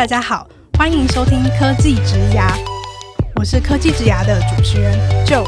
大家好，欢迎收听科技植牙，我是科技植牙的主持人 Joe。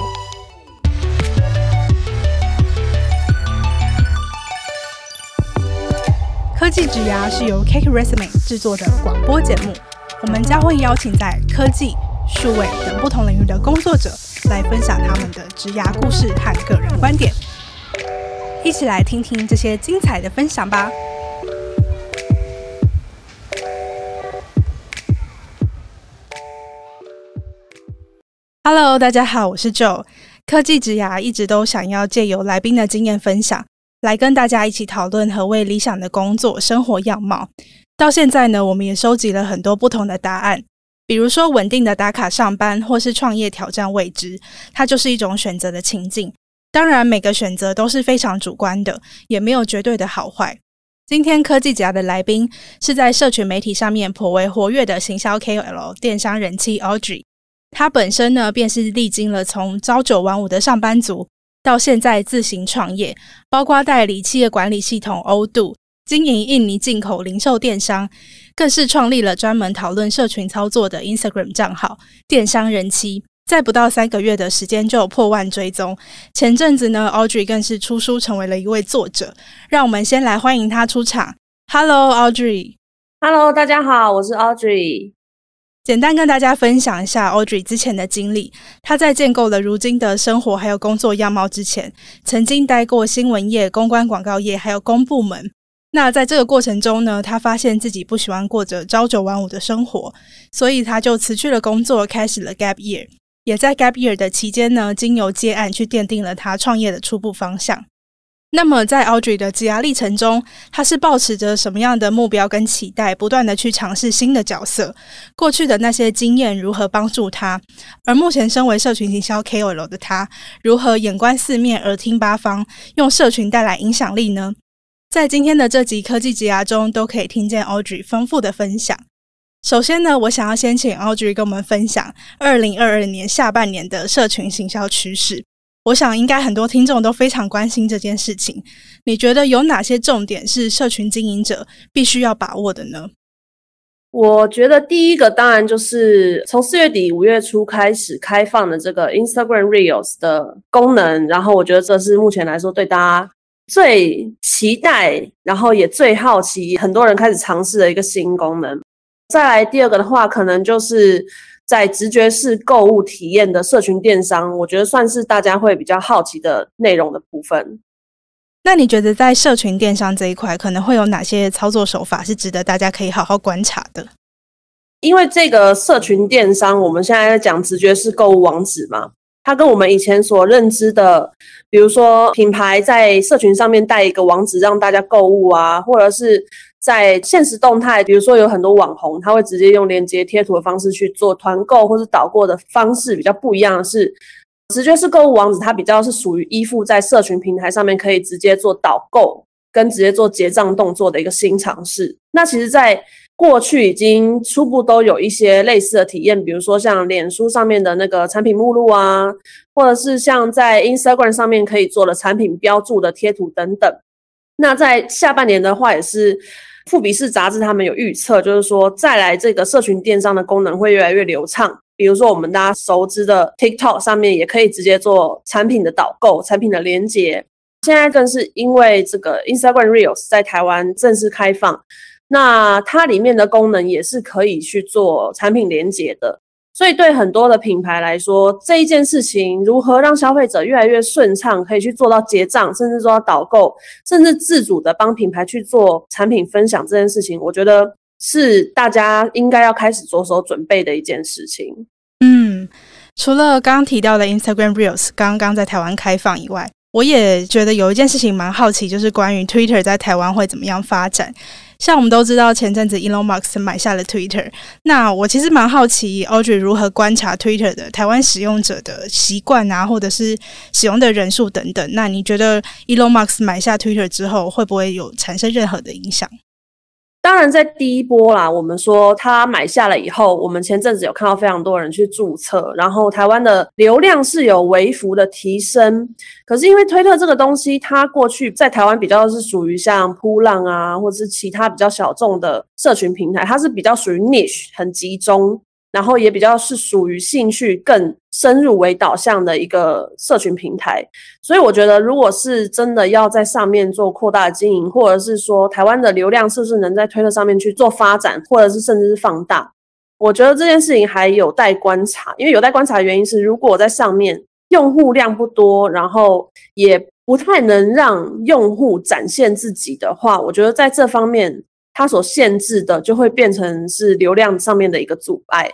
科技植牙是由 Cake Resume 制作的广播节目，我们将会邀请在科技、数位等不同领域的工作者来分享他们的职涯故事和个人观点，一起来听听这些精彩的分享吧。Hello， 大家好，我是 Joe。科技植牙一直都想要借由来宾的经验分享，来跟大家一起讨论何谓理想的工作生活样貌。到现在呢，我们也收集了很多不同的答案，比如说稳定的打卡上班，或是创业挑战未知，它就是一种选择的情境。当然，每个选择都是非常主观的，也没有绝对的好坏。今天科技植牙的来宾是在社群媒体上面颇为活跃的行销 KOL 电商人妻 Audrey。他本身呢，便是历经了从朝九晚五的上班族，到现在自行创业，包括代理企业管理系统 Odoo， 经营印尼进口零售电商，更是创立了专门讨论社群操作的 Instagram 账号电商人妻，在不到3个月的时间就有破万追踪。前阵子呢 Audrey 更是出书成为了一位作者，让我们先来欢迎她出场。 Hello Audrey。 Hello， 大家好，我是 Audrey。 简单跟大家分享一下 Audrey 之前的经历。她在建构了如今的生活还有工作样貌之前，曾经待过新闻业、公关广告业还有公部门。那在这个过程中呢，她发现自己不喜欢过着朝九晚五的生活，所以她就辞去了工作，开始了 Gap Year。 也在 Gap Year 的期间呢，经由接案去奠定了她创业的初步方向。那么在 Audrey 的职涯历程中，她是抱持着什么样的目标跟期待，不断的去尝试新的角色？过去的那些经验如何帮助她？而目前身为社群行销 KOL 的她，如何眼观四面，耳听八方，用社群带来影响力呢？在今天的这集科技职涯中，都可以听见 Audrey 丰富的分享。首先呢，我想要先请 Audrey 跟我们分享2022年下半年的社群行销趋势。我想应该很多听众都非常关心这件事情，你觉得有哪些重点是社群经营者必须要把握的呢？ 我觉得第一个当然就是从4月底5月初开始开放的这个 Instagram Reels 的功能，然后我觉得这是目前来说对大家最期待，然后也最好奇，很多人开始尝试的一个新功能。再来第二个的话，可能就是在直觉式购物体验的社群电商，我觉得算是大家会比较好奇的内容的部分。 那你觉得在社群电商这一块可能会有哪些操作手法是值得大家可以好好观察的？ 因为这个社群电商我们现在在讲直觉式购物网址嘛，它跟我们以前所认知的，比如说品牌在社群上面带一个网址让大家购物啊，或者是在限时动态，比如说有很多网红他会直接用连结贴图的方式去做团购或是导购的方式，比较不一样的是直觉式购物网址，它比较是属于依附在社群平台上面可以直接做导购跟直接做结账动作的一个新尝试。那其实在过去已经初步都有一些类似的体验，比如说像脸书上面的那个产品目录啊，或者是像在 Instagram 上面可以做的产品标注的贴图等等。那在下半年的话，也是富比士杂志他们有预测，就是说再来这个社群电商的功能会越来越流畅。比如说我们大家熟知的 TikTok 上面也可以直接做产品的导购、产品的连结。现在更是因为这个 Instagram Reels 在台湾正式开放，那它里面的功能也是可以去做产品连结的。所以对很多的品牌来说，这一件事情如何让消费者越来越顺畅，可以去做到结账，甚至做到导购，甚至自主的帮品牌去做产品分享，这件事情我觉得是大家应该要开始着手准备的一件事情。 除了刚刚提到的 Instagram Reels 刚刚在台湾开放以外，我也觉得有一件事情蛮好奇，就是关于 Twitter 在台湾会怎么样发展。像我们都知道前阵子 Elon Musk 买下了 Twitter， 那我其实蛮好奇 Audrey 如何观察 Twitter 的台湾使用者的习惯啊，或者是使用的人数等等。那你觉得 Elon Musk 买下 Twitter 之后会不会有产生任何的影响？ 当然在第一波啦，我们说他买下了以后，我们前阵子有看到非常多人去注册，然后台湾的流量是有微幅的提升。可是因为推特这个东西，它过去在台湾比较是属于像扑浪啊，或者是其他比较小众的社群平台，它是比较属于 niche 很集中，然后也比较是属于兴趣更深入为导向的一个社群平台。所以我觉得如果是真的要在上面做扩大的经营，或者是说台湾的流量是不是能在推特上面去做发展，或者是甚至是放大，我觉得这件事情还有待观察。因为有待观察的原因是，如果在上面用户量不多，然后也不太能让用户展现自己的话，我觉得在这方面它所限制的就会变成是流量上面的一个阻碍。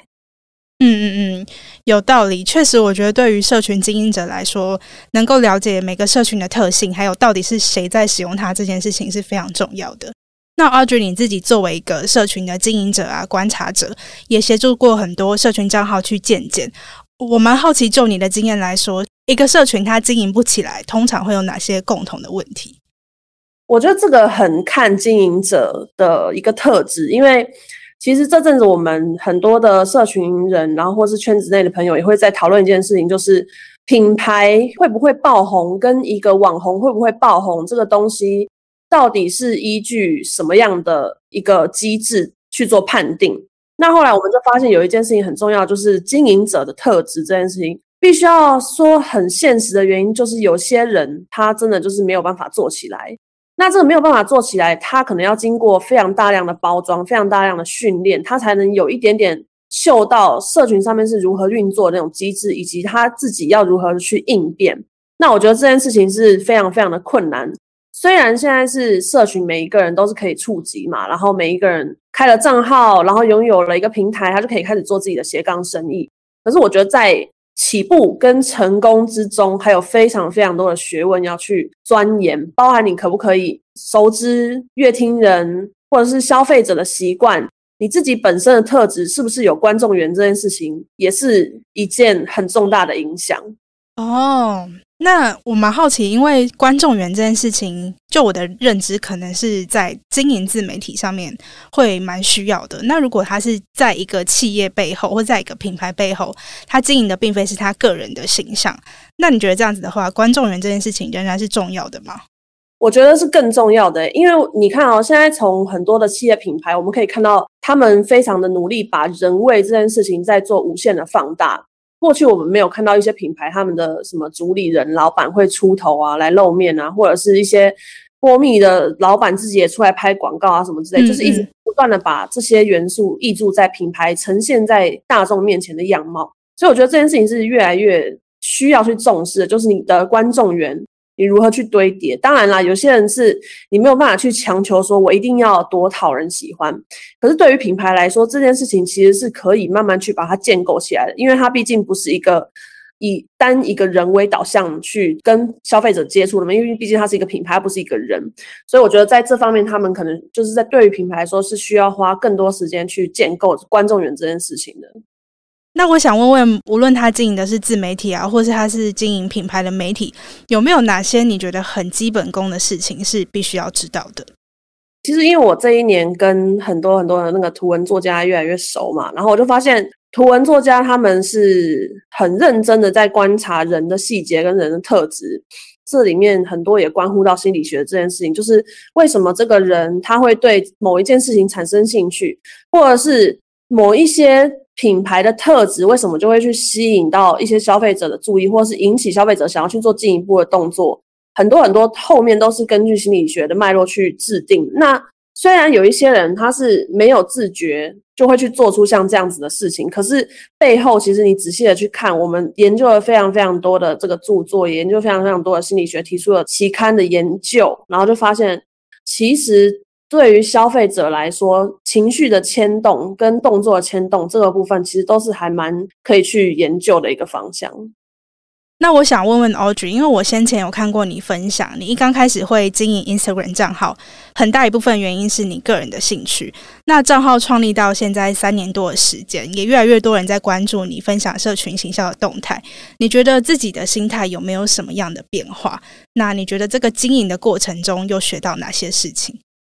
有道理。确实我觉得对于社群经营者来说，能够了解每个社群的特性，还有到底是谁在使用它，这件事情是非常重要的。那 Audrey 你自己作为一个社群的经营者啊、观察者，也协助过很多社群账号去建检，我蛮好奇就你的经验来说，一个社群它经营不起来，通常会有哪些共同的问题？ 我觉得这个很看经营者的一个特质，因为其实这阵子我们很多的社群人，然后或是圈子内的朋友也会在讨论一件事情，就是品牌会不会爆红跟一个网红会不会爆红这个东西到底是依据什么样的一个机制去做判定。那后来我们就发现有一件事情很重要，就是经营者的特质这件事情必须要说很现实的原因，就是有些人他真的就是没有办法做起来。那这个没有办法做起来，他可能要经过非常大量的包装，非常大量的训练，他才能有一点点嗅到社群上面是如何运作的那种机制，以及他自己要如何去应变。那我觉得这件事情是非常非常的困难。虽然现在是社群每一个人都是可以触及嘛，然后每一个人开了账号，然后拥有了一个平台，他就可以开始做自己的斜杠生意。可是我觉得在起步跟成功之中，还有非常非常多的学问要去钻研，包含你可不可以熟知乐听人或者是消费者的习惯，你自己本身的特质是不是有观众缘，这件事情也是一件很重大的影响。 那我蛮好奇，因为观众缘这件事情，就我的认知可能是在经营自媒体上面会蛮需要的。那如果他是在一个企业背后，或在一个品牌背后，他经营的并非是他个人的形象，那你觉得这样子的话，观众缘这件事情仍然是重要的吗？ 我觉得是更重要的，因为你看现在从很多的企业品牌，我们可以看到他们非常的努力把人味这件事情在做无限的放大。过去我们没有看到一些品牌他们的什么主理人老板会出头啊，来露面啊，或者是一些波密的老板自己也出来拍广告啊什么之类，就是一直不断的把这些元素挹注在品牌呈现在大众面前的样貌。所以我觉得这件事情是越来越需要去重视的，就是你的观众缘你如何去堆叠。当然啦，有些人是你没有办法去强求说我一定要多讨人喜欢，可是对于品牌来说，这件事情其实是可以慢慢去把它建构起来的，因为它毕竟不是一个以单一个人为导向去跟消费者接触的嘛，因为毕竟它是一个品牌，它不是一个人。所以我觉得在这方面他们可能就是在对于品牌来说是需要花更多时间去建构观众缘这件事情的。 那我想问问，无论他经营的是自媒体啊，或是他是经营品牌的媒体，有没有哪些你觉得很基本功的事情是必须要知道的？ 其实因为我这一年跟很多的那个图文作家越来越熟嘛，然后我就发现图文作家他们是很认真的在观察人的细节跟人的特质，这里面很多也关乎到心理学这件事情，就是为什么这个人他会对某一件事情产生兴趣，或者是某一些品牌的特质为什么就会去吸引到一些消费者的注意，或是引起消费者想要去做进一步的动作，很多后面都是根据心理学的脉络去制定。那虽然有一些人他是没有自觉就会去做出像这样子的事情，可是背后其实你仔细的去看，我们研究了非常非常多的这个著作，也研究非常非常多的心理学提出了期刊的研究，然后就发现其实对于消费者来说，情绪的牵动跟动作的牵动这个部分其实都是还蛮可以去研究的一个方向。 那我想问问 Audrey， 因为我先前有看过你分享，你一刚开始会经营 Instagram 账号，很大一部分原因是你个人的兴趣。那账号创立到现在3年多的时间，也越来越多人在关注你分享社群行销的动态。你觉得自己的心态有没有什么样的变化？那你觉得这个经营的过程中又学到哪些事情？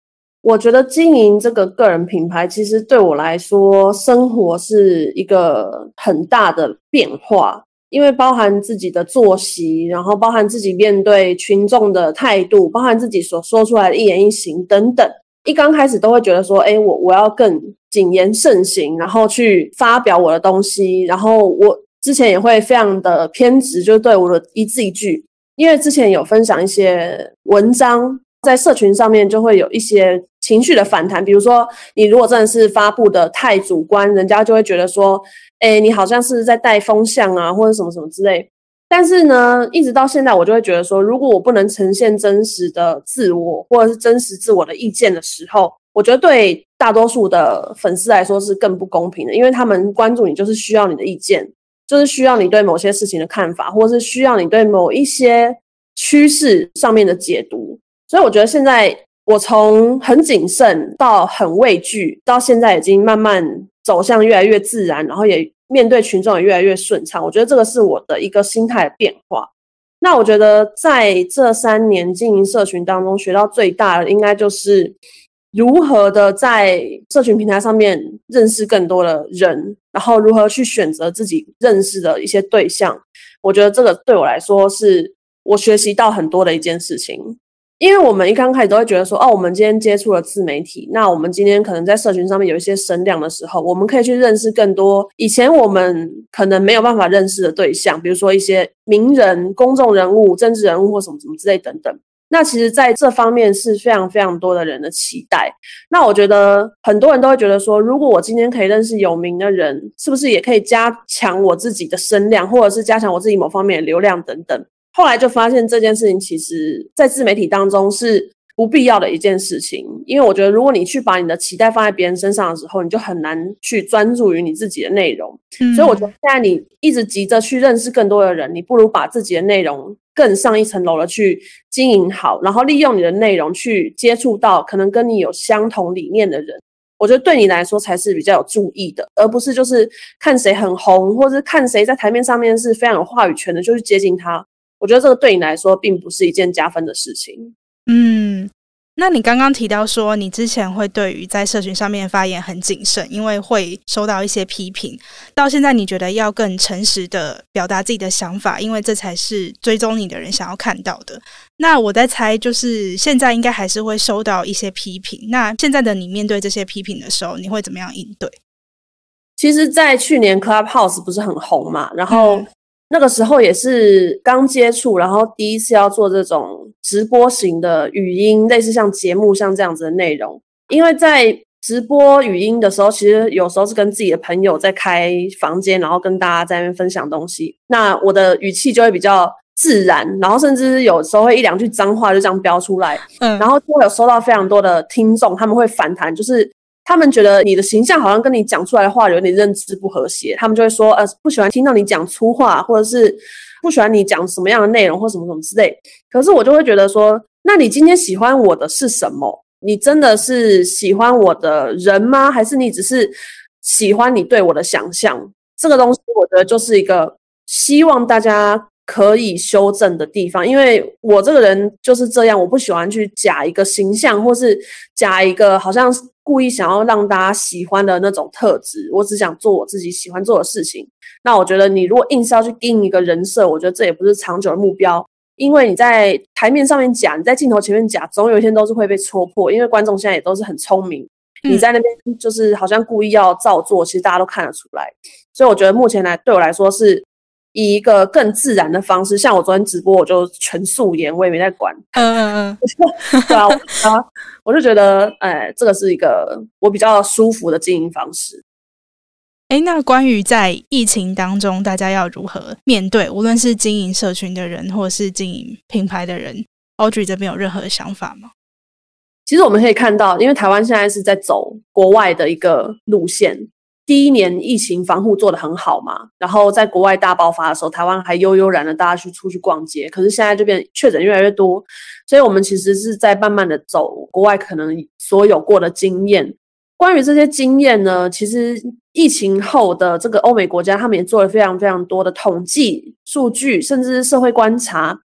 我觉得经营这个个人品牌，其实对我来说，生活是一个很大的变化，因为包含自己的作息，然后包含自己面对群众的态度，包含自己所说出来的一言一行等等。一刚开始都会觉得说，我要更谨言慎行，然后去发表我的东西，然后我之前也会非常的偏执，就是对我的一字一句，因为之前有分享一些文章，在社群上面就会有一些情绪的反弹，比如说你如果真的是发布的太主观，人家就会觉得说，你好像是在带风向啊，或者什么什么之类。但是呢，一直到现在我就会觉得说，如果我不能呈现真实的自我，或者是真实自我的意见的时候，我觉得对大多数的粉丝来说是更不公平的，因为他们关注你就是需要你的意见，就是需要你对某些事情的看法，或者是需要你对某一些趋势上面的解读。所以我觉得现在我从很谨慎到很畏惧，到现在已经慢慢走向越来越自然，然后也面对群众也越来越顺畅。我觉得这个是我的一个心态的变化。那我觉得在这3年经营社群当中学到最大的应该就是如何的在社群平台上面认识更多的人，然后如何去选择自己认识的一些对象。我觉得这个对我来说是我学习到很多的一件事情。因为我们一刚开始都会觉得说，我们今天接触了自媒体，那我们今天可能在社群上面有一些声量的时候，我们可以去认识更多以前我们可能没有办法认识的对象，比如说一些名人、公众人物、政治人物或什么什么之类等等。那其实在这方面是非常非常多的人的期待。那我觉得很多人都会觉得说，如果我今天可以认识有名的人，是不是也可以加强我自己的声量，或者是加强我自己某方面的流量等等。后来就发现这件事情其实在自媒体当中是不必要的一件事情，因为我觉得如果你去把你的期待放在别人身上的时候，你就很难去专注于你自己的内容。所以我觉得现在你一直急着去认识更多的人，你不如把自己的内容更上一层楼的去经营好，然后利用你的内容去接触到可能跟你有相同理念的人，我觉得对你来说才是比较有注意的，而不是就是看谁很红，或者是看谁在台面上面是非常有话语权的就去接近他。我觉得这个对你来说并不是一件加分的事情。 那你刚刚提到说你之前会对于在社群上面发言很谨慎，因为会收到一些批评，到现在你觉得要更诚实的表达自己的想法，因为这才是追踪你的人想要看到的。那我在猜就是现在应该还是会收到一些批评，那现在的你面对这些批评的时候你会怎么样应对？ 其实在去年 Clubhouse 不是很红嘛，然后那个时候也是刚接触，然后第一次要做这种直播型的语音，类似像节目像这样子的内容。因为在直播语音的时候，其实有时候是跟自己的朋友在开房间，然后跟大家在那边分享东西，那我的语气就会比较自然，然后甚至有时候会1、2句脏话就这样飙出来，然后就会有收到非常多的听众，他们会反弹，就是他们觉得你的形象好像跟你讲出来的话有点认知不和谐，他们就会说不喜欢听到你讲粗话，或者是不喜欢你讲什么样的内容或什么什么之类。可是我就会觉得说，那你今天喜欢我的是什么？你真的是喜欢我的人吗？还是你只是喜欢你对我的想象？这个东西我觉得就是一个希望大家可以修正的地方，因为我这个人就是这样，我不喜欢去假一个形象，或是假一个好像故意想要让大家喜欢的那种特质，我只想做我自己喜欢做的事情。那我觉得你如果硬是要去定一个人设，我觉得这也不是长久的目标，因为你在台面上面假，你在镜头前面假，总有一天都是会被戳破，因为观众现在也都是很聪明，你在那边就是好像故意要照做，其实大家都看得出来。所以我觉得目前对我来说是以一个更自然的方式，像我昨天直播我就全素颜，我也没在管。对啊，我就觉得这个是一个我比较舒服的经营方式。 那关于在疫情当中大家要如何面对，无论是经营社群的人或是经营品牌的人， Audrey 这边有任何的想法吗？ 其实我们可以看到，因为台湾现在是在走国外的一个路线，第1年疫情防护做得很好嘛，然后在国外大爆发的时候，台湾还悠悠然的大家出去逛街，可是现在就变确诊越来越多，所以我们其实是在慢慢的走国外可能所有过的经验。关于这些经验呢，其实疫情后的这个欧美国家，他们也做了非常非常多的统计数据，甚至是社会观察。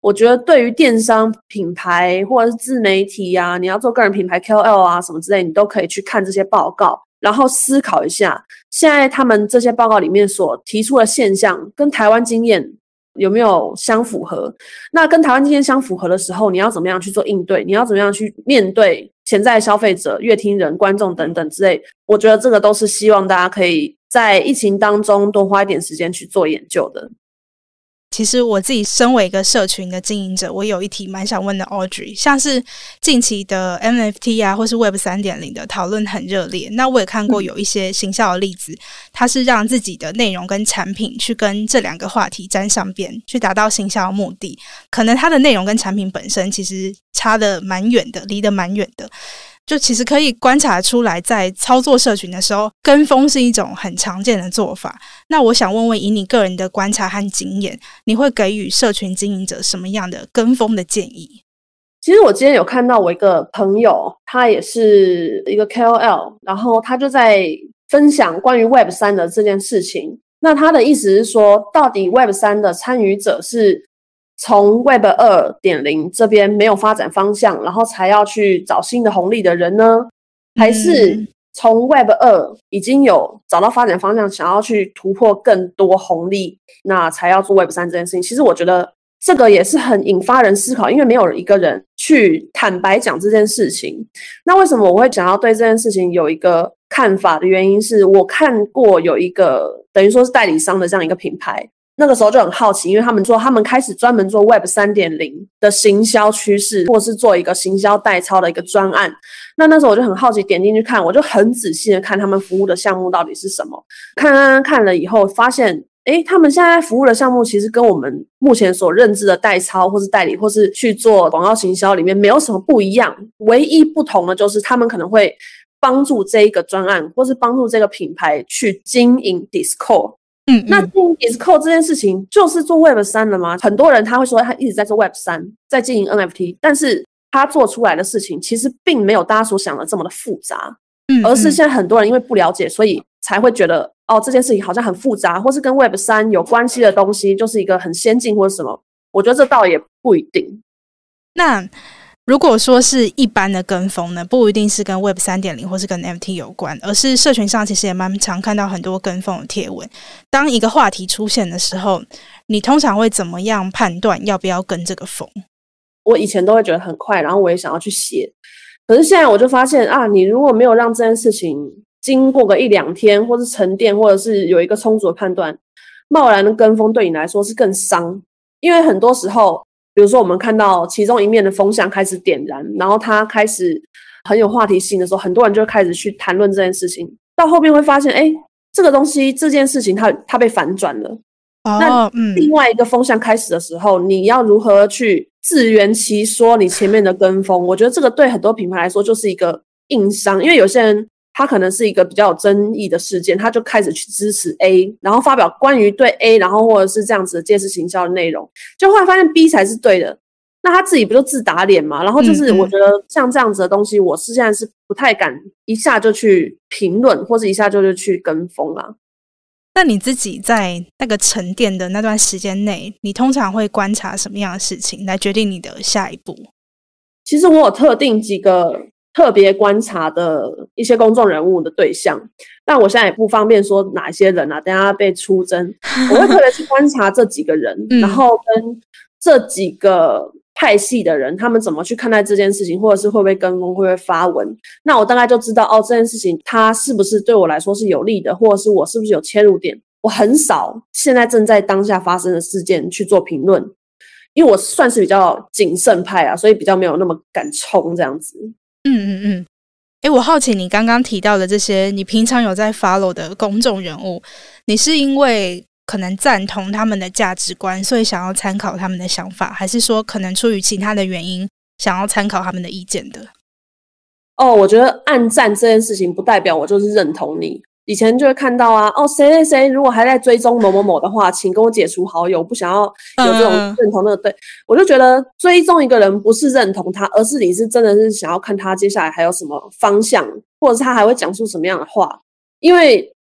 我觉得对于电商品牌或者是自媒体啊，你要做个人品牌 KOL 啊什么之类，你都可以去看这些报告，然后思考一下，现在他们这些报告里面所提出的现象跟台湾经验有没有相符合？那跟台湾经验相符合的时候，你要怎么样去做应对？你要怎么样去面对潜在消费者、乐听人、观众等等之类？我觉得这个都是希望大家可以在疫情当中多花一点时间去做研究的。 其实我自己身为一个社群的经营者，我有一题蛮想问的 Audrey， 像是近期的 NFT 啊或是 Web 3.0 的讨论很热烈，那我也看过有一些行销的例子，它是让自己的内容跟产品去跟这两个话题沾上边，去达到行销的目的，可能它的内容跟产品本身其实差得蛮远的，离得蛮远的，就其实可以观察出来，在操作社群的时候，跟风是一种很常见的做法。那我想问问，以你个人的观察和经验，你会给予社群经营者什么样的跟风的建议？ 其实我今天有看到我一个朋友，他也是一个 KOL， 然后他就在分享关于 Web 3的这件事情。那他的意思是说，到底 Web 3的参与者是从 Web 2.0 这边没有发展方向，然后才要去找新的红利的人呢？还是从 Web 2已经有找到发展方向，想要去突破更多红利，那才要做 Web 3这件事情？其实我觉得这个也是很引发人思考，因为没有一个人去坦白讲这件事情。那为什么我会想要对这件事情有一个看法的原因是，我看过有一个等于说是代理商的这样一个品牌，那个时候就很好奇，因为他们说他们开始专门做 Web 3.0 的行销趋势，或是做一个行销代操的一个专案。那时候我就很好奇，点进去看，我就很仔细的看他们服务的项目到底是什么。看了以后发现，他们现在服务的项目其实跟我们目前所认知的代操或是代理或是去做广告行销里面没有什么不一样，唯一不同的就是他们可能会帮助这一个专案或是帮助这个品牌去经营 Discord。那经营 Discord 这件事情就是做 Web 3了吗？很多人他会说他一直在做 Web 3，在经营 NFT， 但是他做出来的事情其实并没有大家所想的这么的复杂，而是现在很多人因为不了解，所以才会觉得这件事情好像很复杂，或是跟 Web 3有关系的东西就是一个很先进或者什么。我觉得这倒也不一定。 那如果说是一般的跟风呢，不一定是跟 Web 3.0 或是跟 NFT 有关，而是社群上其实也蛮常看到很多跟风的贴文。当一个话题出现的时候，你通常会怎么样判断要不要跟这个风？ 我以前都会觉得很快，然后我也想要去写，可是现在我就发现你如果没有让这件事情经过个1-2天，或是沉淀，或者是有一个充足的判断，贸然的跟风对你来说是更伤。因为很多时候比如说我们看到其中一面的风向开始点燃，然后它开始很有话题性的时候，很多人就开始去谈论这件事情，到后面会发现这个东西这件事情它被反转了。那另外一个风向开始的时候，你要如何去自圆其说你前面的跟风？我觉得这个对很多品牌来说就是一个硬伤，因为有些人他可能是一个比较有争议的事件，他就开始去支持 A， 然后发表关于对 A 然后或者是这样子的借势行销的内容，就后来发现 B 才是对的，那他自己不就自打脸吗？然后就是我觉得像这样子的东西，我是现在是不太敢一下就去评论，或者一下就去跟风啦。 那你自己在那个沉淀的那段时间内，你通常会观察什么样的事情来决定你的下一步？ 其实我有特定几个特别观察的一些公众人物的对象，但我现在也不方便说哪些人等一下被出征。我会特别去观察这几个人然后跟这几个派系的人他们怎么去看待这件事情，或者是会不会跟风，会不会发文，那我大概就知道这件事情它是不是对我来说是有利的，或者是我是不是有切入点。我很少现在正在当下发生的事件去做评论，因为我算是比较谨慎派所以比较没有那么敢冲这样子。 我好奇你刚刚提到的这些你平常有在 follow 的公众人物，你是因为可能赞同他们的价值观所以想要参考他们的想法，还是说可能出于其他的原因想要参考他们的意见的？ 我觉得按赞这件事情不代表我就是认同你。以前就会看到谁谁谁如果还在追踪某某某的话，请跟我解除好友，不想要有这种认同那个对。我就觉得追踪一个人不是认同他，而是你是真的是想要看他接下来还有什么方向，或者是他还会讲出什么样的话。因为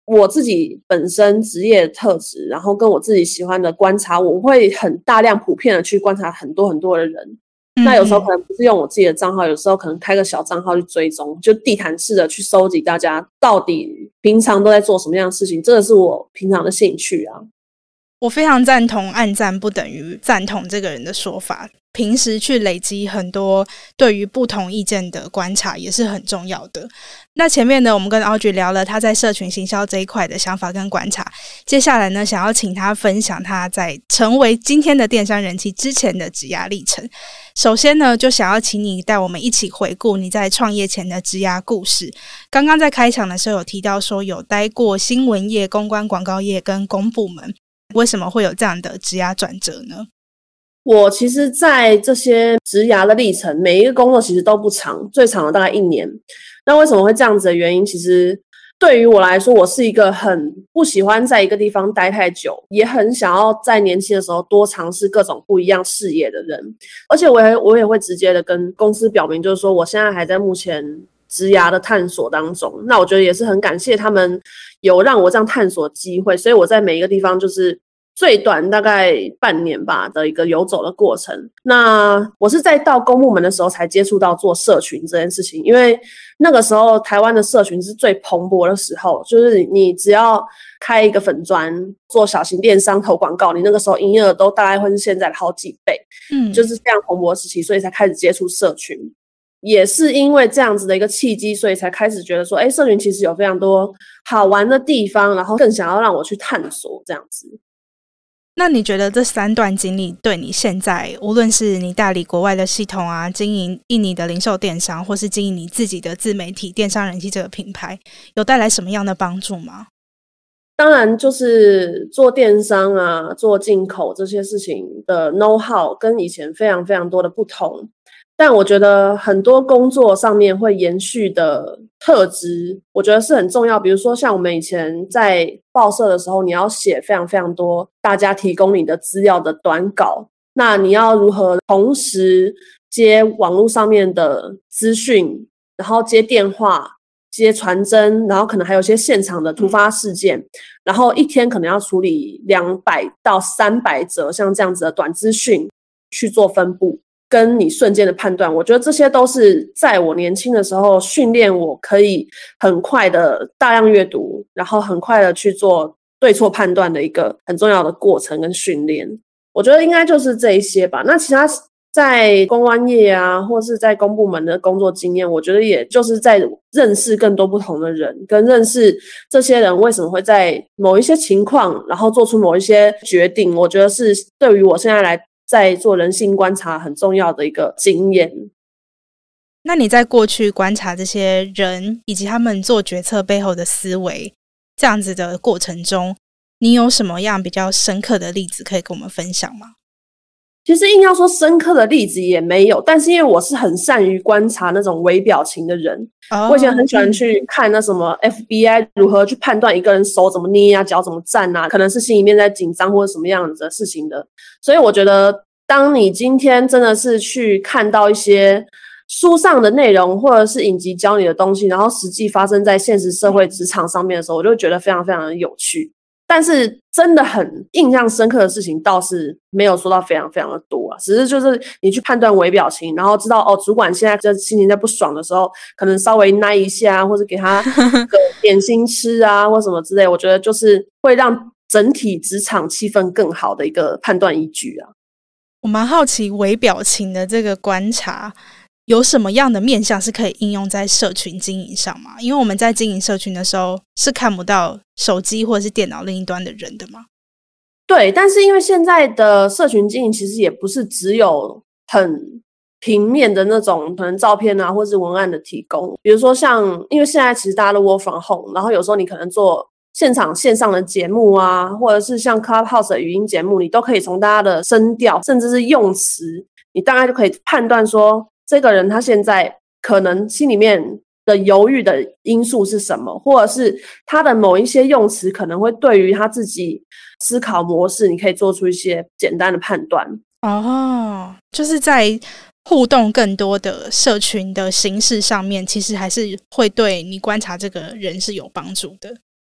我自己本身职业的特质，然后跟我自己喜欢的观察，我会很大量普遍的去观察很多很多的人。那有时候可能不是用我自己的账号，有时候可能开个小账号去追踪，就地毯式的去收集大家到底平常都在做什么样的事情，这个是我平常的兴趣啊。 我非常赞同按赞不等于赞同这个人的说法，平时去累积很多对于不同意见的观察也是很重要的。那前面呢，我们跟 Audrey 聊了他在社群行销这一块的想法跟观察，接下来呢，想要请他分享他在成为今天的电商人气之前的职涯历程。首先呢，就想要请你带我们一起回顾你在创业前的职涯故事。刚刚在开场的时候有提到说有待过新闻业、公关广告业跟公部门，为什么会有这样的职涯转折呢？ 我其实在这些职涯的历程，每一个工作其实都不长，最长的大概1年。那为什么会这样子的原因，其实对于我来说，我是一个很不喜欢在一个地方待太久，也很想要在年轻的时候多尝试各种不一样事业的人。而且我也会直接的跟公司表明，就是说我现在还在目前职涯的探索当中。那我觉得也是很感谢他们有让我这样探索机会，所以我在每一个地方就是最短大概半年吧的一个游走的过程。那我是在到公部门的时候才接触到做社群这件事情，因为那个时候台湾的社群是最蓬勃的时候，就是你只要开一个粉专做小型电商投广告，你那个时候营业额都大概会是现在的好几倍，就是非常蓬勃的时期，所以才开始接触社群。也是因为这样子的一个契机，所以才开始觉得说社群其实有非常多好玩的地方，然后更想要让我去探索这样子。 那你觉得这3段经历对你现在无论是你代理国外的系统啊，经营印尼的零售电商，或是经营你自己的自媒体电商人气这个品牌，有带来什么样的帮助吗？ 当然就是做电商啊，做进口这些事情的 know how 跟以前非常非常多的不同，但我觉得很多工作上面会延续的特质，我觉得是很重要。比如说像我们以前在报社的时候，你要写非常非常多大家提供你的资料的短稿，那你要如何同时接网络上面的资讯，然后接电话，接传真，然后可能还有一些现场的突发事件，然后一天可能要处理200到300则像这样子的短资讯去做分布，跟你瞬间的判断，我觉得这些都是在我年轻的时候训练我可以很快的大量阅读，然后很快的去做对错判断的一个很重要的过程跟训练。我觉得应该就是这一些吧。那其他在公关业啊，或是在公部门的工作经验，我觉得也就是在认识更多不同的人，跟认识这些人为什么会在某一些情况，然后做出某一些决定，我觉得是对于我现在来在做人性观察很重要的一个经验。 那你在过去观察这些人以及他们做决策背后的思维这样子的过程中，你有什么样比较深刻的例子可以跟我们分享吗？ 其实硬要说深刻的例子也没有，但是因为我是很善于观察那种微表情的人，我以前很喜欢去看那什么 FBI 如何去判断一个人手怎么捏啊，脚怎么站啊，可能是心里面在紧张或者什么样子的事情的。所以我觉得当你今天真的是去看到一些书上的内容或者是影集教你的东西，然后实际发生在现实社会职场上面的时候，我就觉得非常非常的有趣。但是真的很印象深刻的事情倒是没有说到非常非常的多啊，只是就是你去判断微表情，然后知道主管现在心情在不爽的时候，可能稍微耐一下，或者给他个点心吃啊，或什么之类，我觉得就是会让整体职场气氛更好的一个判断依据啊。 我蛮好奇微表情的这个观察有什么样的面向是可以应用在社群经营上吗？因为我们在经营社群的时候是看不到手机或者是电脑另一端的人的嘛。 对，但是因为现在的社群经营其实也不是只有很平面的那种可能照片啊或是文案的提供，比如说像因为现在其实大家都 work from home， 然后有时候你可能做现场线上的节目啊，或者是像 Clubhouse 的语音节目，你都可以从大家的声调甚至是用词，你大概就可以判断说这个人他现在可能心里面的犹豫的因素是什么，或者是他的某一些用词可能会对于他自己思考模式，你可以做出一些简单的判断。 就是在互动更多的社群的形式上面，其实还是会对你观察这个人是有帮助的。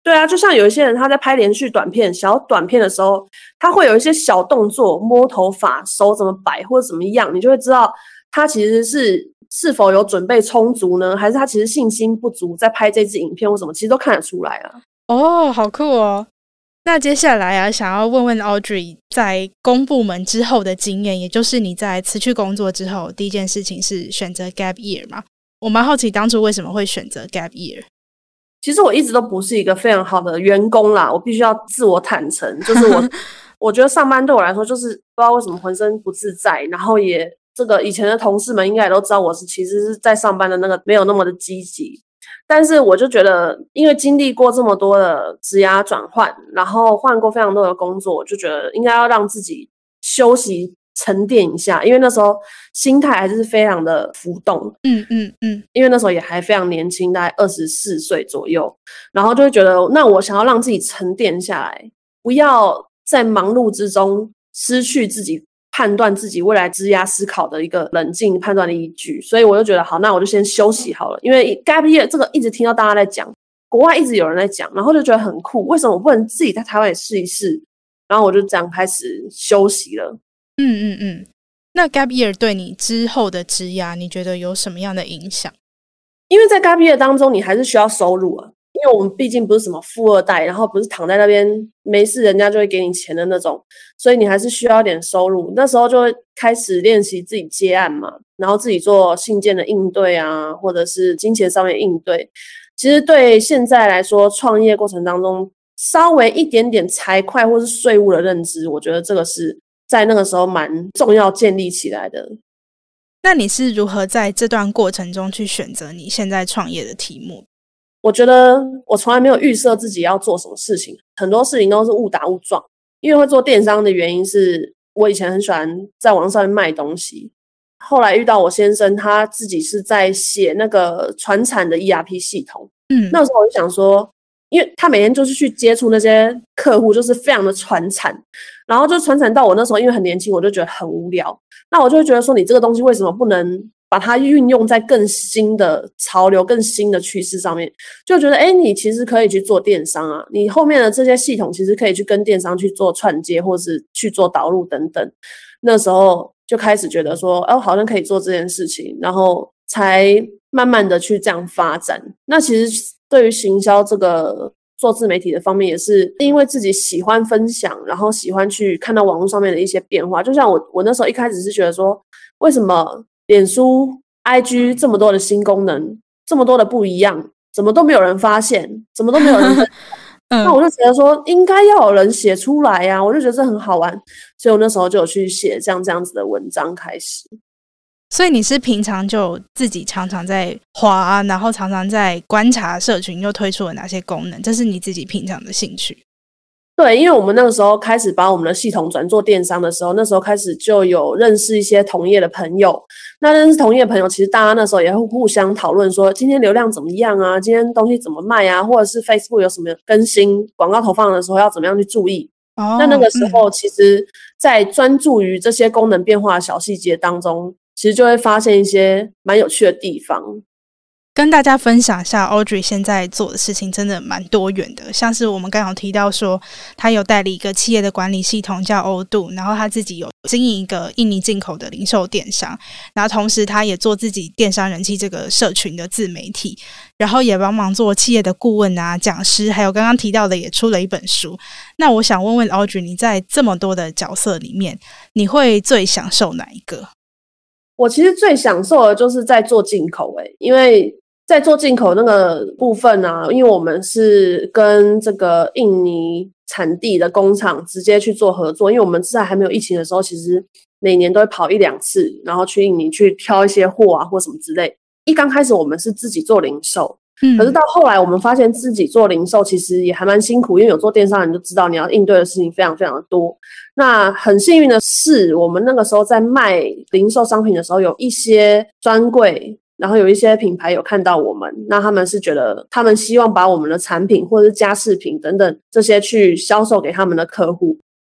对啊，就像有一些人他在拍连续短片、小短片的时候，他会有一些小动作，摸头发、手怎么摆或者怎么样，你就会知道他其实是否有准备充足呢，还是他其实信心不足，在拍这支影片或什么，其实都看得出来啊。 哦，好酷哦！那接下来啊，想要问问 Audrey 在公部门之后的经验，也就是你在辞去工作之后，第一件事情是选择 gap year 嘛？我蛮好奇当初为什么会选择 gap year。 其实我一直都不是一个非常好的员工啦，我必须要自我坦诚，就是我觉得上班对我来说就是不知道为什么浑身不自在，然后也这个以前的同事们应该也都知道我其实是在上班的那个没有那么的积极，但是我就觉得因为经历过这么多的职涯转换，然后换过非常多的工作，我就觉得应该要让自己休息沉淀一下，因为那时候心态还是非常的浮动，因为那时候也还非常年轻，大概24岁左右，然后就会觉得那我想要让自己沉淀下来，不要在忙碌之中失去自己判断自己未来职涯思考的一个冷静判断的依据，所以我就觉得好，那我就先休息好了，因为 gap year 这个一直听到大家在讲，国外一直有人在讲，然后就觉得很酷，为什么我不能自己在台湾也试一试？然后我就这样开始休息了。 那 gap year 对你之后的职涯，你觉得有什么样的影响？ 因为在 gap year 当中，你还是需要收入啊。因为我们毕竟不是什么富二代，然后不是躺在那边没事人家就会给你钱的那种，所以你还是需要一点收入。那时候就会开始练习自己接案嘛，然后自己做信件的应对啊，或者是金钱上面应对。其实对现在来说，创业过程当中稍微一点点财会或是税务的认知，我觉得这个是在那个时候蛮重要建立起来的。 那你是如何在这段过程中去选择你现在创业的题目？ 我觉得我从来没有预设自己要做什么事情，很多事情都是误打误撞。因为会做电商的原因是我以前很喜欢在网上面卖东西，后来遇到我先生，他自己是在写那个传产的 ERP 系统，那时候我就想说，因为他每天就是去接触那些客户，就是非常的传产，然后就传产到我那时候因为很年轻，我就觉得很无聊，那我就会觉得说，你这个东西为什么不能把它运用在更新的潮流、更新的趋势上面，就觉得你其实可以去做电商啊，你后面的这些系统其实可以去跟电商去做串接，或是去做导入等等。那时候就开始觉得说，好像可以做这件事情，然后才慢慢的去这样发展。那其实对于行销这个做自媒体的方面，也是因为自己喜欢分享，然后喜欢去看到网络上面的一些变化。就像我那时候一开始是觉得说，为什么脸书 IG 这么多的新功能，这么多的不一样，怎么都没有人发现，怎么都没有人那我就觉得说应该要有人写出来啊，我就觉得这很好玩，所以我那时候就有去写这样子的文章开始。 所以你是平常就自己常常在滑，然后常常在观察社群又推出了哪些功能，这是你自己平常的兴趣？ 对，因为我们那个时候开始把我们的系统转做电商的时候，那时候开始就有认识一些同业的朋友。那认识同业的朋友，其实大家那时候也会互相讨论说，今天流量怎么样啊？今天东西怎么卖啊？或者是 Facebook 有什么更新，广告投放的时候要怎么样去注意？那个时候，其实在专注于这些功能变化的小细节当中，其实就会发现一些蛮有趣的地方。 跟大家分享一下 Audrey 现在做的事情真的蛮多元的，像是我们刚刚有提到说他有代理一个企业的管理系统叫欧度，然后他自己有经营一个印尼进口的零售电商，然后同时他也做自己电商人气这个社群的自媒体，然后也帮忙做企业的顾问啊、讲师，还有刚刚提到的也出了一本书。那我想问问 Audrey， 你在这么多的角色里面，你会最享受哪一个？ 我其实最享受的就是在做进口因为在做进口那个部分啊，因为我们是跟这个印尼产地的工厂直接去做合作，因为我们在还没有疫情的时候，其实每年都会跑1-2次，然后去印尼去挑一些货啊或什么之类。一刚开始我们是自己做零售，可是到后来我们发现自己做零售其实也还蛮辛苦，因为有做电商你就知道你要应对的事情非常非常的多。那很幸运的是，我们那个时候在卖零售商品的时候，有一些专柜，然后有一些品牌有看到我们，那他们是觉得他们希望把我们的产品或者是家饰品等等这些去销售给他们的客户，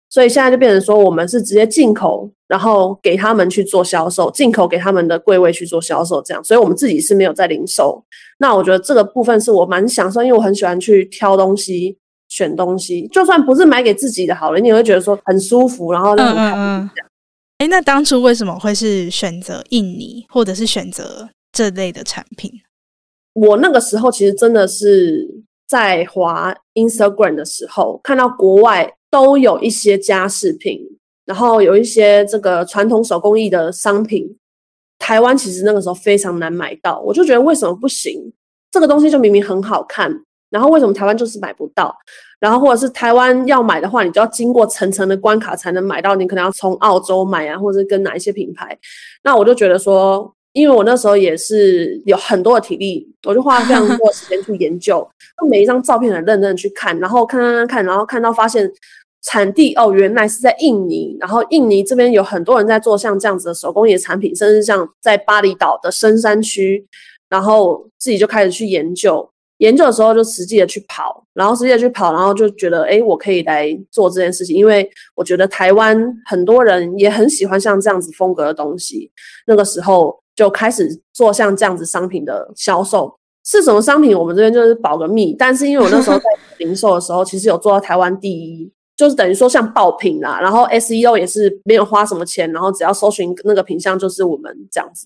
所以现在就变成说我们是直接进口，然后给他们去做销售，进口给他们的柜位去做销售这样，所以我们自己是没有在零售。那我觉得这个部分是我蛮享受，因为我很喜欢去挑东西选东西，就算不是买给自己的好了，你也会觉得说很舒服，然后就很开心这样。 那当初为什么会是选择印尼或者是选择这类的产品？ 我那个时候其实真的是在滑 Instagram 的时候，看到国外都有一些家饰品，然后有一些这个传统手工艺的商品，台湾其实那个时候非常难买到，我就觉得为什么不行？这个东西就明明很好看，然后为什么台湾就是买不到？然后或者是台湾要买的话，你就要经过层层的关卡才能买到，你可能要从澳洲买啊，或者是跟哪一些品牌。那我就觉得说，因为我那时候也是有很多的体力，我就花了非常多的时间去研究，每一张照片很认真的去看，然后看，然后看到发现产地原来是在印尼，然后印尼这边有很多人在做像这样子的手工业产品，甚至像在巴厘岛的深山区，然后自己就开始去研究的时候就实际的去跑，然后就觉得我可以来做这件事情，因为我觉得台湾很多人也很喜欢像这样子风格的东西，那个时候就开始做像这样子商品的销售。是什么商品我们这边就是保个密，但是因为我那时候在零售的时候其实有做到台湾第一，就是等于说像爆品啦，然后 SEO 也是没有花什么钱，然后只要搜寻那个品项就是我们这样子。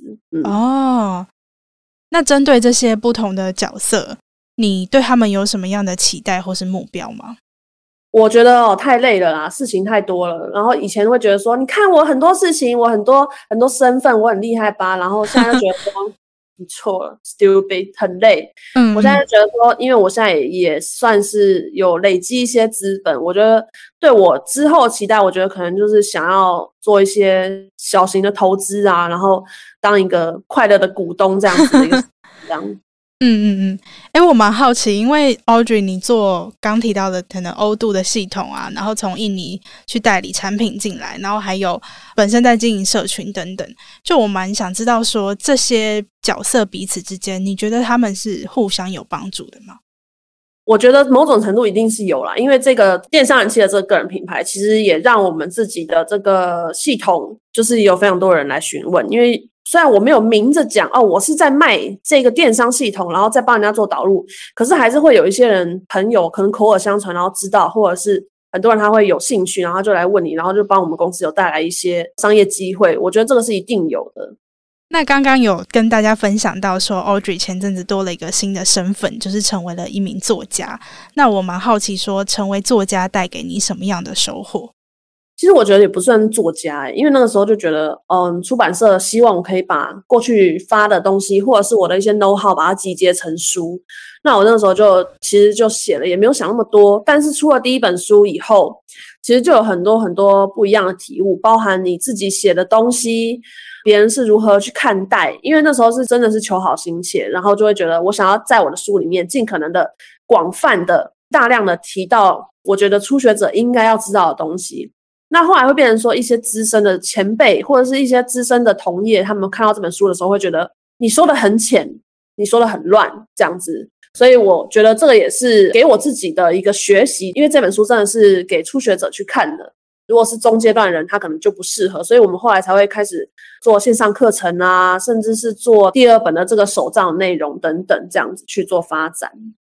那针对这些不同的角色，你对他们有什么样的期待或是目标吗？ 我觉得太累了啦，事情太多了。然后以前会觉得说，你看我很多事情，我很多身份，我很厉害吧。然后现在就觉得说，你错了 ，stupid， 很累。我现在就觉得说，因为我现在也算是有累积一些资本，我觉得对我之后期待，我觉得可能就是想要做一些小型的投资啊，然后当一个快乐的股东这样子的一个这样。 我蛮好奇，因为 Audrey 你做刚提到的可能欧度的系统啊，然后从印尼去代理产品进来，然后还有本身在经营社群等等，就我蛮想知道说这些角色彼此之间，你觉得他们是互相有帮助的吗？ 我觉得某种程度一定是有啦，因为这个电商人气的这个个人品牌，其实也让我们自己的这个系统，就是有非常多人来询问。因为虽然我没有明着讲我是在卖这个电商系统，然后再帮人家做导入，可是还是会有一些人朋友可能口耳相传，然后知道，或者是很多人他会有兴趣，然后他就来问你，然后就帮我们公司有带来一些商业机会。我觉得这个是一定有的。 那刚刚有跟大家分享到说 Audrey 前阵子多了一个新的身份，就是成为了一名作家。那我蛮好奇说成为作家带给你什么样的收获？ 其实我觉得也不算作家因为那个时候就觉得出版社希望我可以把过去发的东西或者是我的一些 know how 把它集结成书。那我那个时候其实就写了，也没有想那么多。但是出了第一本书以后，其实就有很多很多不一样的体悟，包含你自己写的东西别人是如何去看待。因为那时候是真的是求好心切，然后就会觉得我想要在我的书里面尽可能的广泛的大量的提到我觉得初学者应该要知道的东西。那后来会变成说一些资深的前辈或者是一些资深的同业，他们看到这本书的时候会觉得你说的很浅，你说的很乱这样子。所以我觉得这个也是给我自己的一个学习，因为这本书真的是给初学者去看的，如果是中阶段的人他可能就不适合。所以我们后来才会开始做线上课程啊，甚至是做第二本的这个手账内容等等，这样子去做发展。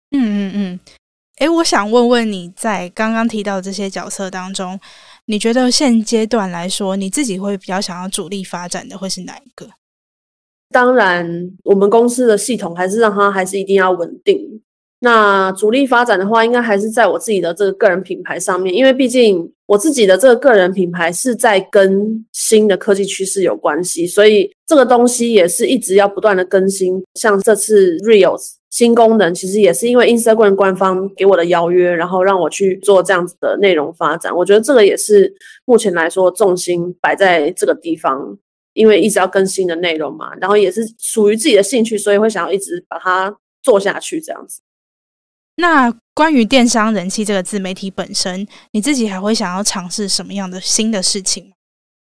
我想问问你，在刚刚提到的这些角色当中，你觉得现阶段来说你自己会比较想要主力发展的会是哪一个？ 当然我们公司的系统还是让它还是一定要稳定。那主力发展的话应该还是在我自己的这个个人品牌上面，因为毕竟我自己的这个个人品牌是在跟新的科技趋势有关系，所以这个东西也是一直要不断的更新。像这次 Reels 新功能其实也是因为 Instagram 官方给我的邀约，然后让我去做这样子的内容发展。我觉得这个也是目前来说重心摆在这个地方，因为一直要更新的内容嘛，然后也是属于自己的兴趣，所以会想要一直把它做下去这样子。 那关于电商人气这个自媒体本身，你自己还会想要尝试什么样的新的事情吗？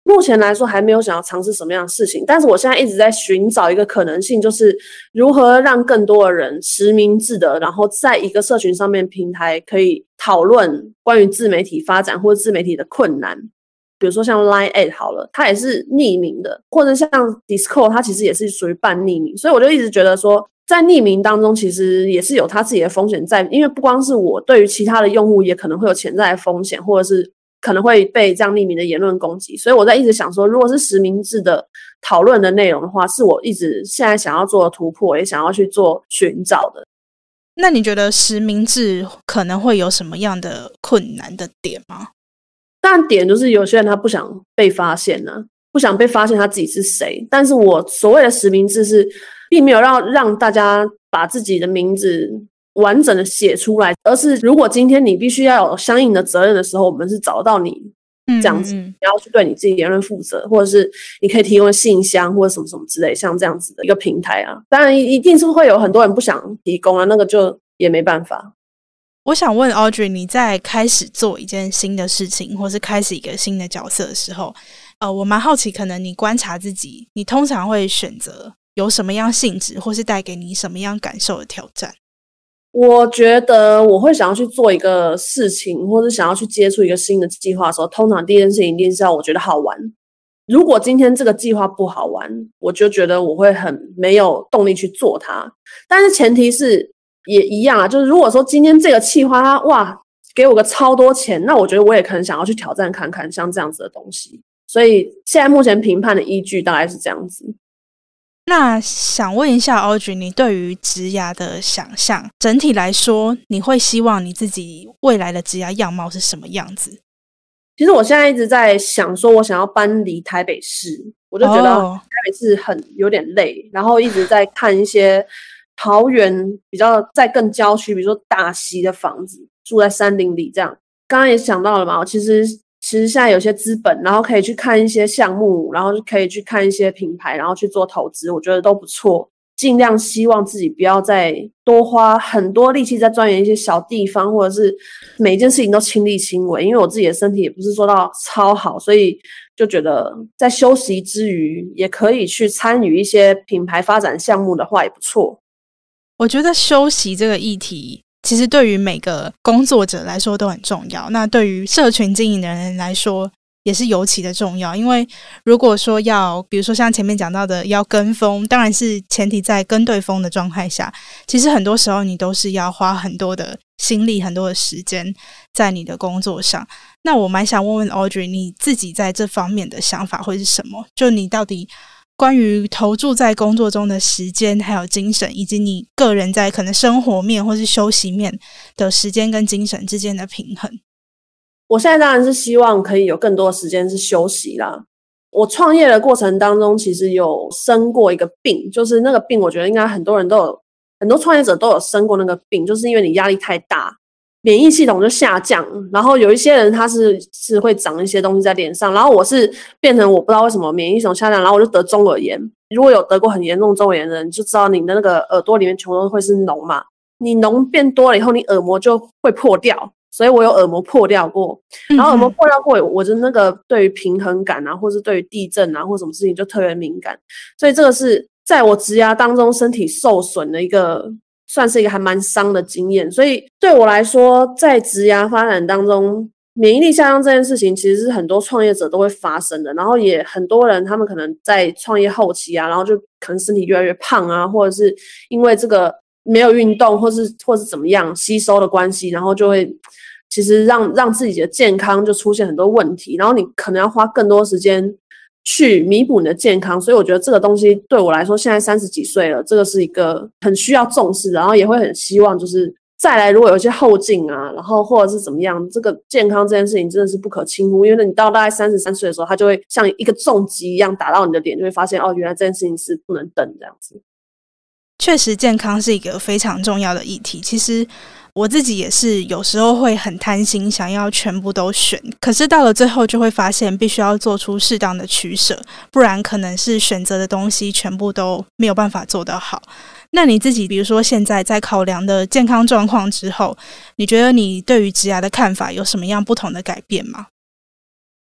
目前来说还没有想要尝试什么样的事情，但是我现在一直在寻找一个可能性，就是如何让更多的人实名制的，然后在一个社群上面平台可以讨论关于自媒体发展或者自媒体的困难。比如说像 Line@ 好了，它也是匿名的，或者像 Discord 它其实也是属于半匿名，所以我就一直觉得说在匿名当中其实也是有它自己的风险在，因为不光是我，对于其他的用户也可能会有潜在的风险，或者是可能会被这样匿名的言论攻击。所以我在一直想说，如果是实名制的讨论的内容的话，是我一直现在想要做的突破，也想要去做寻找的。 那你觉得实名制可能会有什么样的困难的点吗？ 但点就是有些人他不想被发现啊，不想被发现他自己是谁。但是我所谓的实名制是并没有让大家把自己的名字完整的写出来，而是如果今天你必须要有相应的责任的时候，我们是找到你这样子，你要去对你自己言论负责，或者是你可以提供信箱或者什么什么之类，像这样子的一个平台啊。当然一定是会有很多人不想提供啊，那个就也没办法。 我想问 Audrey， 你在开始做一件新的事情或是开始一个新的角色的时候，我蛮好奇，可能你观察自己，你通常会选择有什么样性质或是带给你什么样感受的挑战？ 我觉得我会想要去做一个事情，或是想要去接触一个新的计划的时候，通常第一件事情一定是要我觉得好玩。如果今天这个计划不好玩，我就觉得我会很没有动力去做它。但是前提是也一样啊，就是如果说今天这个计划它哇给我个超多钱，那我觉得我也可能想要去挑战看看像这样子的东西。所以现在目前评判的依据大概是这样子。 那想问一下 Audrey， 你对于职涯的想象，整体来说你会希望你自己未来的职涯样貌是什么样子？ 其实我现在一直在想说我想要搬离台北市，我就觉得台北市有点累，然后一直在看一些桃园比较在更郊区，比如说大溪的房子，住在山林里这样。刚刚也想到了嘛，其实现在有些资本，然后可以去看一些项目，然后就可以去看一些品牌，然后去做投资，我觉得都不错。尽量希望自己不要再多花很多力气在钻研一些小地方，或者是每一件事情都亲力亲为，因为我自己的身体也不是做到超好，所以就觉得在休息之余也可以去参与一些品牌发展项目的话也不错。 我觉得休息这个议题其实对于每个工作者来说都很重要，那对于社群经营的人来说也是尤其的重要。因为如果说比如说像前面讲到的要跟风，当然是前提在跟对风的状态下，其实很多时候你都是要花很多的心力很多的时间在你的工作上。那我蛮想问问 Audrey， 你自己在这方面的想法会是什么？就你到底关于投注在工作中的时间还有精神，以及你个人在可能生活面或是休息面的时间跟精神之间的平衡。 我现在当然是希望可以有更多的时间是休息啦。我创业的过程当中其实有生过一个病，就是那个病我觉得应该很多创业者都有生过那个病，就是因为你压力太大，免疫系统就下降，然后有一些人他是会长一些东西在脸上，然后我是变成我不知道为什么免疫系统下降，然后我就得中耳炎。如果有得过很严重中耳炎的人就知道你的那个耳朵里面全部都会是脓嘛，你脓变多了以后你耳膜就会破掉，所以我有耳膜破掉过，然后耳膜破掉过，我的那个对于平衡感啊，或是对于地震啊或什么事情就特别敏感，所以这个是在我职涯当中身体受损的算是一个还蛮伤的经验。所以对我来说，在职涯发展当中，免疫力下降这件事情其实是很多创业者都会发生的，然后也很多人他们可能在创业后期啊，然后就可能身体越来越胖啊，或者是因为这个没有运动或是怎么样吸收的关系，然后就会其实让自己的健康就出现很多问题，然后你可能要花更多时间去弥补你的健康。所以我觉得这个东西对我来说，现在30几岁了，这个是一个很需要重视，然后也会很希望就是再来如果有一些后劲啊，然后或者是怎么样，这个健康这件事情真的是不可轻忽，因为你到大概33岁的时候，它就会像一个重击一样打到你的脸，就会发现原来这件事情是不能等这样子。 确实健康是一个非常重要的议题，其实我自己也是有时候会很贪心，想要全部都选，可是到了最后就会发现必须要做出适当的取舍，不然可能是选择的东西全部都没有办法做得好。那你自己比如说现在在考量的健康状况之后，你觉得你对于职涯的看法有什么样不同的改变吗？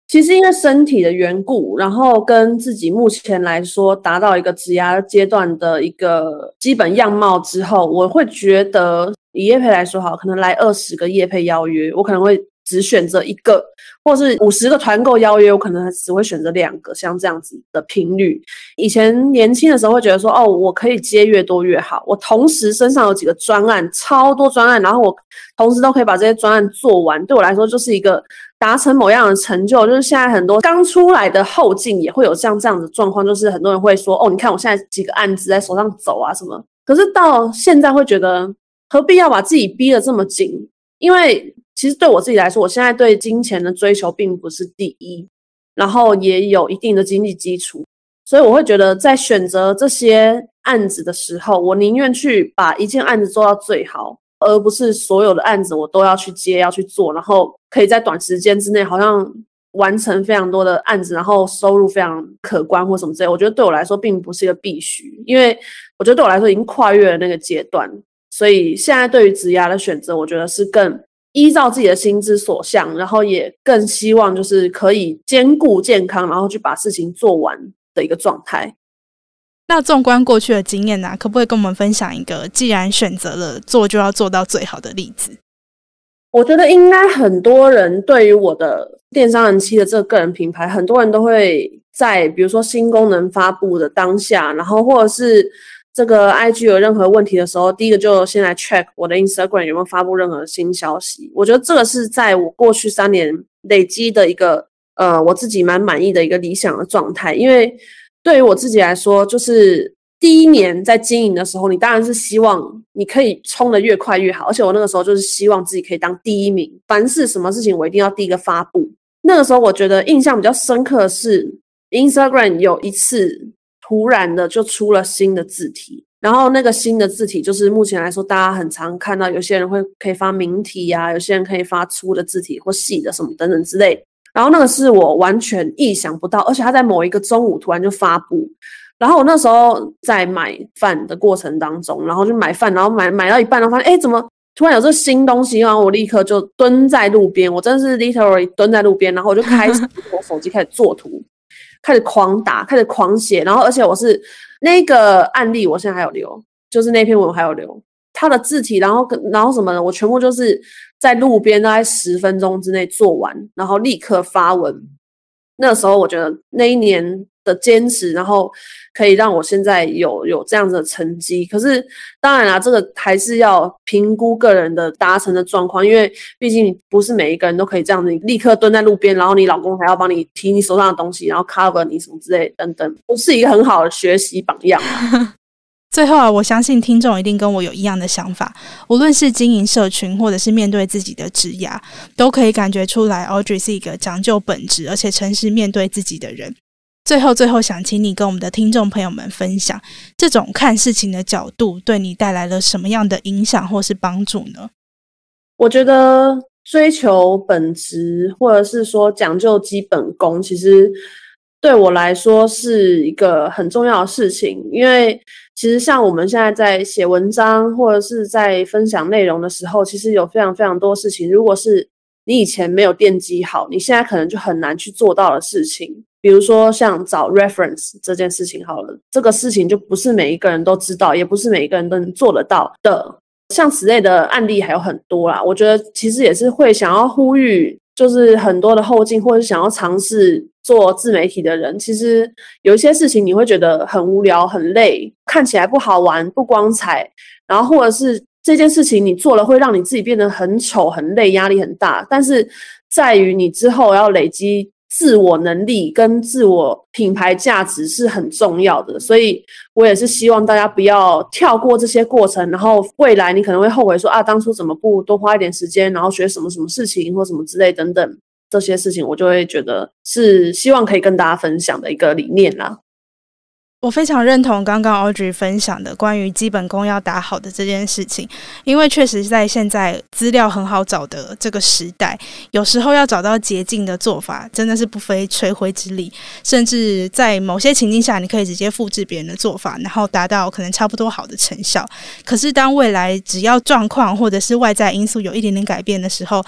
其实因为身体的缘故，然后跟自己目前来说达到一个职涯阶段的一个基本样貌之后，我会觉得以业配来说好，可能来20个业配邀约，我可能会只选择一个，或是50个团购邀约，我可能只会选择2个，像这样子的频率。以前年轻的时候会觉得说，哦，我可以接越多越好，我同时身上有几个专案，超多专案，然后我同时都可以把这些专案做完，对我来说就是一个达成某样的成就。就是现在很多刚出来的后进也会有像这样的状况，就是很多人会说，哦，你看我现在几个案子在手上走啊什么，可是到现在会觉得何必要把自己逼得这么紧，因为其实对我自己来说，我现在对金钱的追求并不是第一，然后也有一定的经济基础，所以我会觉得在选择这些案子的时候，我宁愿去把一件案子做到最好，而不是所有的案子我都要去接要去做，然后可以在短时间之内好像完成非常多的案子，然后收入非常可观或什么之类。我觉得对我来说并不是一个必须，因为我觉得对我来说已经跨越了那个阶段，所以现在对于职涯的选择，我觉得是更依照自己的心之所向，然后也更希望就是可以兼顾健康，然后去把事情做完的一个状态。 那纵观过去的经验可不可以跟我们分享一个既然选择了做就要做到最好的例子？ 我觉得应该很多人对于我的电商人妻的这个个人品牌，很多人都会在比如说新功能发布的当下，然后或者是这个 IG 有任何问题的时候，第一个就先来 check 我的 Instagram 有没有发布任何新消息。我觉得这个是在我过去3年累积的一个我自己蛮满意的一个理想的状态。因为对于我自己来说，就是第1年在经营的时候，你当然是希望你可以冲得越快越好，而且我那个时候就是希望自己可以当第1名，凡是什么事情我一定要第一个发布。那个时候我觉得印象比较深刻的是 Instagram 有一次突然的就出了新的字体，然后那个新的字体就是目前来说大家很常看到，有些人可以发明体啊，有些人可以发粗的字体或细的什么等等之类。然后那个是我完全意想不到，而且他在某一个中午突然就发布。然后我那时候在买饭的过程当中，然后就买饭，然后买到一半，然后发现怎么突然有这新东西，然后我立刻就蹲在路边，我真的是 literally 蹲在路边，然后我就开始我手机开始做图，开始狂打，开始狂写，然后而且我是那个案例我现在还有留，就是那篇文我还有留它的字体，然后什么的，我全部就是在路边大概10分钟之内做完，然后立刻发文。那时候我觉得那一年的坚持，然后可以让我现在有这样子的成绩。可是当然啦，这个还是要评估个人的达成的状况，因为毕竟不是每一个人都可以这样子立刻蹲在路边，然后你老公还要帮你提你手上的东西，然后 cover 你什么之类等等，不是一个很好的学习榜样啦。 最后我相信听众一定跟我有一样的想法，无论是经营社群或者是面对自己的职涯，都可以感觉出来 Audrey 是一个讲究本质而且诚实面对自己的人。最后想请你跟我们的听众朋友们分享，这种看事情的角度对你带来了什么样的影响或是帮助呢？ 我觉得追求本质或者是说讲究基本功，其实对我来说是一个很重要的事情。因为其实像我们现在在写文章或者是在分享内容的时候，其实有非常非常多事情，如果是你以前没有奠基好，你现在可能就很难去做到的事情。比如说像找 reference 这件事情好了，这个事情就不是每一个人都知道，也不是每一个人都能做得到的。像此类的案例还有很多啦，我觉得其实也是会想要呼吁，就是很多的后进或者是想要尝试做自媒体的人，其实有一些事情你会觉得很无聊很累，看起来不好玩不光彩，然后或者是这件事情你做了会让你自己变得很丑很累压力很大，但是在于你之后要累积自我能力跟自我品牌价值是很重要的。所以我也是希望大家不要跳过这些过程，然后未来你可能会后悔说当初怎么不多花一点时间，然后学什么什么事情或什么之类等等，这些事情我就会觉得是希望可以跟大家分享的一个理念啦。 我非常认同刚刚 Audrey 分享的关于基本功要打好的这件事情，因为确实在现在资料很好找的这个时代，有时候要找到捷径的做法真的是不费吹灰之力，甚至在某些情境下你可以直接复制别人的做法，然后达到可能差不多好的成效。可是当未来只要状况或者是外在因素有一点点改变的时候，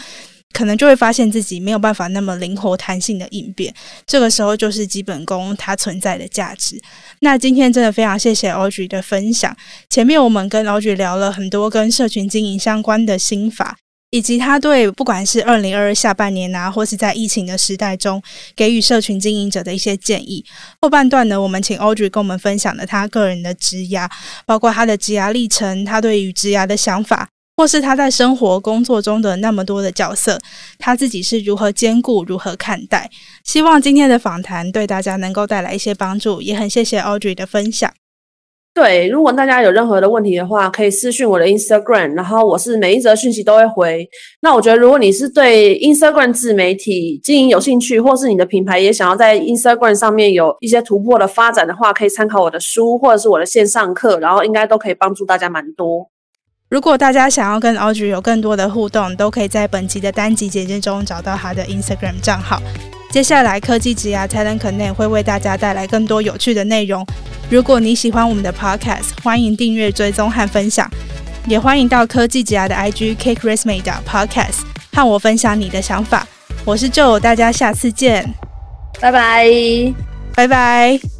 可能就会发现自己没有办法那么灵活弹性的应变，这个时候就是基本功它存在的价值。那今天真的非常谢谢 Audrey 的分享，前面我们跟 Audrey 聊了很多跟社群经营相关的心法，以及他对不管是2022下半年啊，或是在疫情的时代中给予社群经营者的一些建议。后半段呢，我们请 Audrey 跟我们分享了他个人的职涯，包括他的职涯历程，他对于职涯的想法，或是他在生活工作中的那么多的角色，他自己是如何兼顾如何看待。希望今天的访谈对大家能够带来一些帮助，也很谢谢 Audrey 的分享。 对，如果大家有任何的问题的话，可以私讯我的 Instagram， 然后我是每一则讯息都会回。那我觉得如果你是对 Instagram 自媒体经营有兴趣，或是你的品牌也想要在 Instagram 上面有一些突破的发展的话，可以参考我的书或者是我的线上课，然后应该都可以帮助大家蛮多。 如果大家想要跟 Audrey 有更多的互动，都可以在本集的单集简介中找到他的 Instagram 账号。接下来科技职涯 Talent Connect 会为大家带来更多有趣的内容。如果你喜欢我们的 Podcast， 欢迎订阅、追踪和分享，也欢迎到科技职涯的 IG cakeresume.podcast 和我分享你的想法。我是 Jo， 大家下次见， 拜拜， 拜拜。